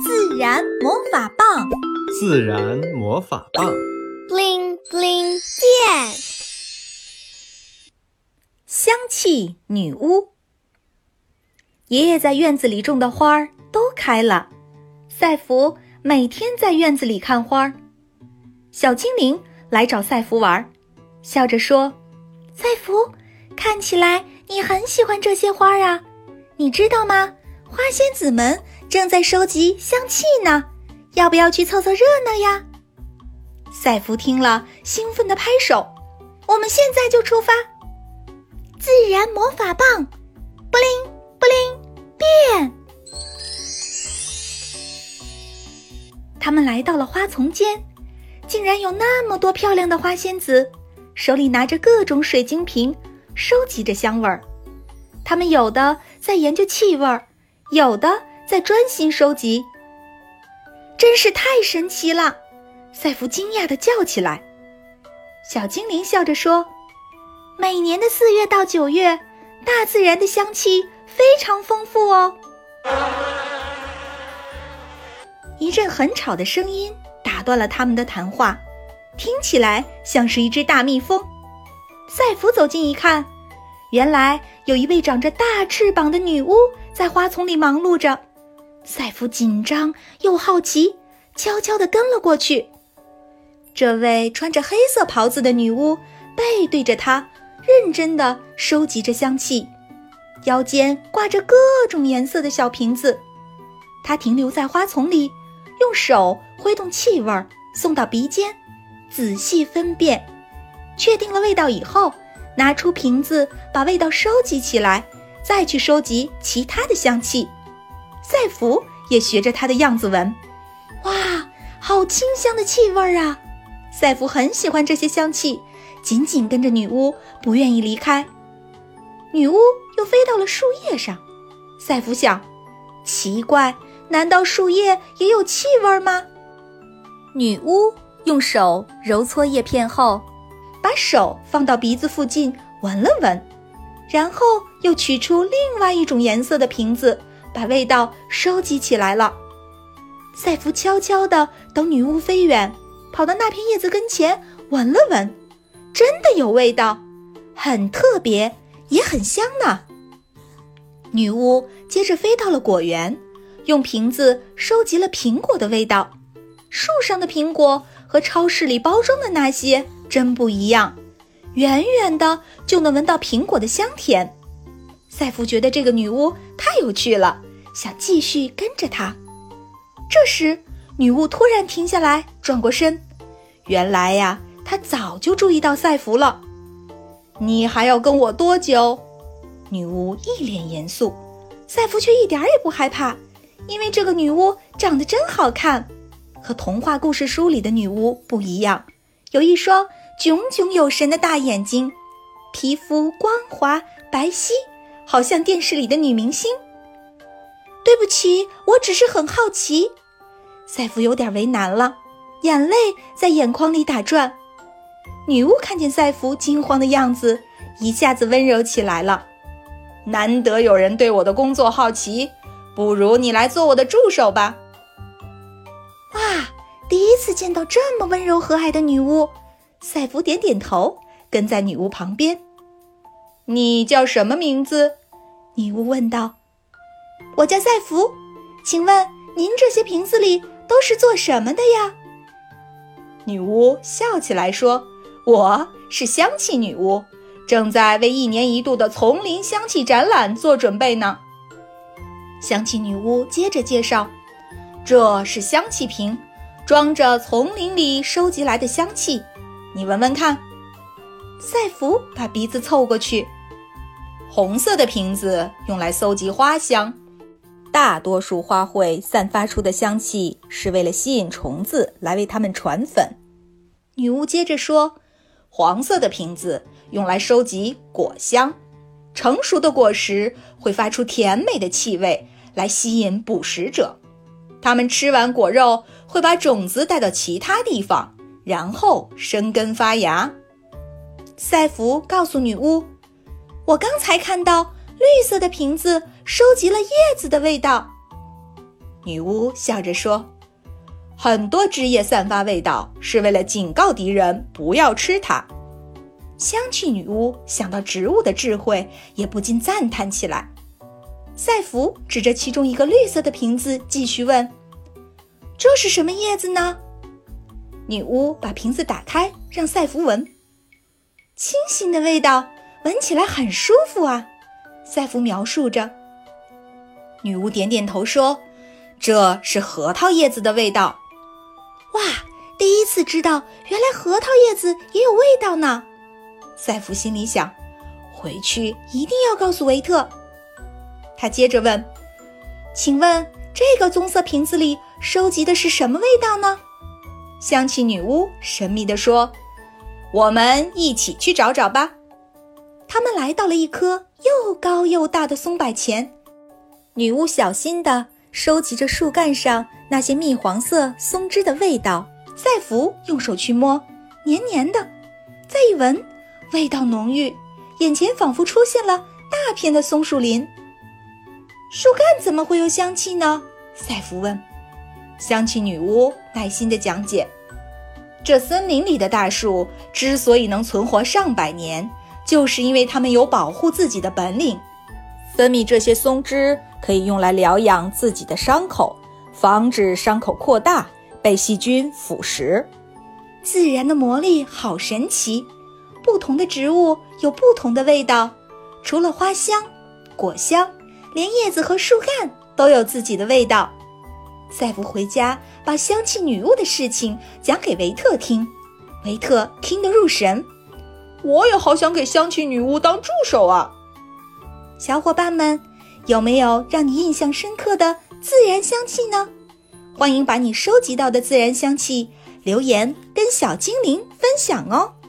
自然魔法棒， 自然魔法棒 bling bling 变。香气女巫。爷爷在院子里种的花儿都开了，赛弗每天在院子里看花儿。小精灵来找赛弗玩，笑着说：赛弗，看起来你很喜欢这些花啊，你知道吗？花仙子们正在收集香气呢，要不要去凑凑热闹呀？赛弗听了兴奋地拍手，我们现在就出发。自然魔法棒，布灵布灵变。他们来到了花丛间，竟然有那么多漂亮的花仙子，手里拿着各种水晶瓶，收集着香味儿。他们有的在研究气味儿，有的在专心收集。真是太神奇了，赛弗惊讶地叫起来。小精灵笑着说，每年的4月到9月，大自然的香气非常丰富哦。一阵很吵的声音打断了他们的谈话，听起来像是一只大蜜蜂。赛弗走近一看，原来有一位长着大翅膀的女巫在花丛里忙碌着。赛弗紧张又好奇，悄悄地跟了过去。这位穿着黑色袍子的女巫背对着他，认真地收集着香气，腰间挂着各种颜色的小瓶子。她停留在花丛里，用手挥动气味送到鼻尖，仔细分辨，确定了味道以后，拿出瓶子把味道收集起来，再去收集其他的香气。赛弗也学着她的样子闻，哇，好清香的气味啊！赛弗很喜欢这些香气，紧紧跟着女巫，不愿意离开。女巫又飞到了树叶上，赛弗想，奇怪，难道树叶也有气味吗？女巫用手揉搓叶片后，把手放到鼻子附近闻了闻，然后又取出另外一种颜色的瓶子，把味道收集起来了。赛弗悄悄地等女巫飞远，跑到那片叶子跟前闻了闻，真的有味道，很特别，也很香呢。女巫接着飞到了果园，用瓶子收集了苹果的味道。树上的苹果和超市里包装的那些真不一样，远远的就能闻到苹果的香甜。赛弗觉得这个女巫太有趣了，想继续跟着她。这时女巫突然停下来，转过身，原来呀，她早就注意到赛弗了。你还要跟我多久？女巫一脸严肃，赛弗却一点也不害怕，因为这个女巫长得真好看，和童话故事书里的女巫不一样，有一双炯炯有神的大眼睛，皮肤光滑白皙，好像电视里的女明星。对不起，我只是很好奇。赛弗有点为难了，眼泪在眼眶里打转。女巫看见赛弗惊慌的样子，一下子温柔起来了。难得有人对我的工作好奇，不如你来做我的助手吧。哇，第一次见到这么温柔和蔼的女巫。赛弗点点头，跟在女巫旁边。你叫什么名字？女巫问道。我叫赛弗，请问您这些瓶子里都是做什么的呀？女巫笑起来说，我是香气女巫，正在为1年1度的丛林香气展览做准备呢。香气女巫接着介绍，这是香气瓶，装着丛林里收集来的香气，你闻闻看。赛弗把鼻子凑过去。红色的瓶子用来搜集花香，大多数花卉散发出的香气是为了吸引虫子来为它们传粉。女巫接着说，黄色的瓶子用来收集果香，成熟的果实会发出甜美的气味来吸引捕食者，它们吃完果肉会把种子带到其他地方，然后生根发芽。赛弗告诉女巫，我刚才看到绿色的瓶子收集了叶子的味道。 女巫笑着说，很多枝叶散发味道，是为了警告敌人不要吃它。香气女巫想到植物的智慧，也不禁赞叹起来。赛弗指着其中一个绿色的瓶子继续问，这是什么叶子呢？女巫把瓶子打开，让赛弗闻。清新的味道，闻起来很舒服啊，赛弗描述着。女巫点点头说，这是核桃叶子的味道。哇，第一次知道原来核桃叶子也有味道呢。赛弗心里想，回去一定要告诉维特。他接着问，请问这个棕色瓶子里收集的是什么味道呢？香气女巫神秘地说，我们一起去找找吧。他们来到了一棵又高又大的松柏前，女巫小心地收集着树干上那些蜜黄色松枝的味道。赛弗用手去摸，黏黏的，再一闻，味道浓郁，眼前仿佛出现了大片的松树林。树干怎么会有香气呢？赛弗问。香气女巫耐心地讲解，这森林里的大树之所以能存活上百年，就是因为它们有保护自己的本领。分泌这些松枝可以用来疗养自己的伤口，防止伤口扩大，被细菌腐蚀。自然的魔力好神奇，不同的植物有不同的味道，除了花香、果香，连叶子和树干都有自己的味道。赛弗回家把香气女巫的事情讲给维特听，维特听得入神。我也好想给香气女巫当助手啊！小伙伴们，有没有让你印象深刻的自然香气呢？欢迎把你收集到的自然香气留言跟小精灵分享哦。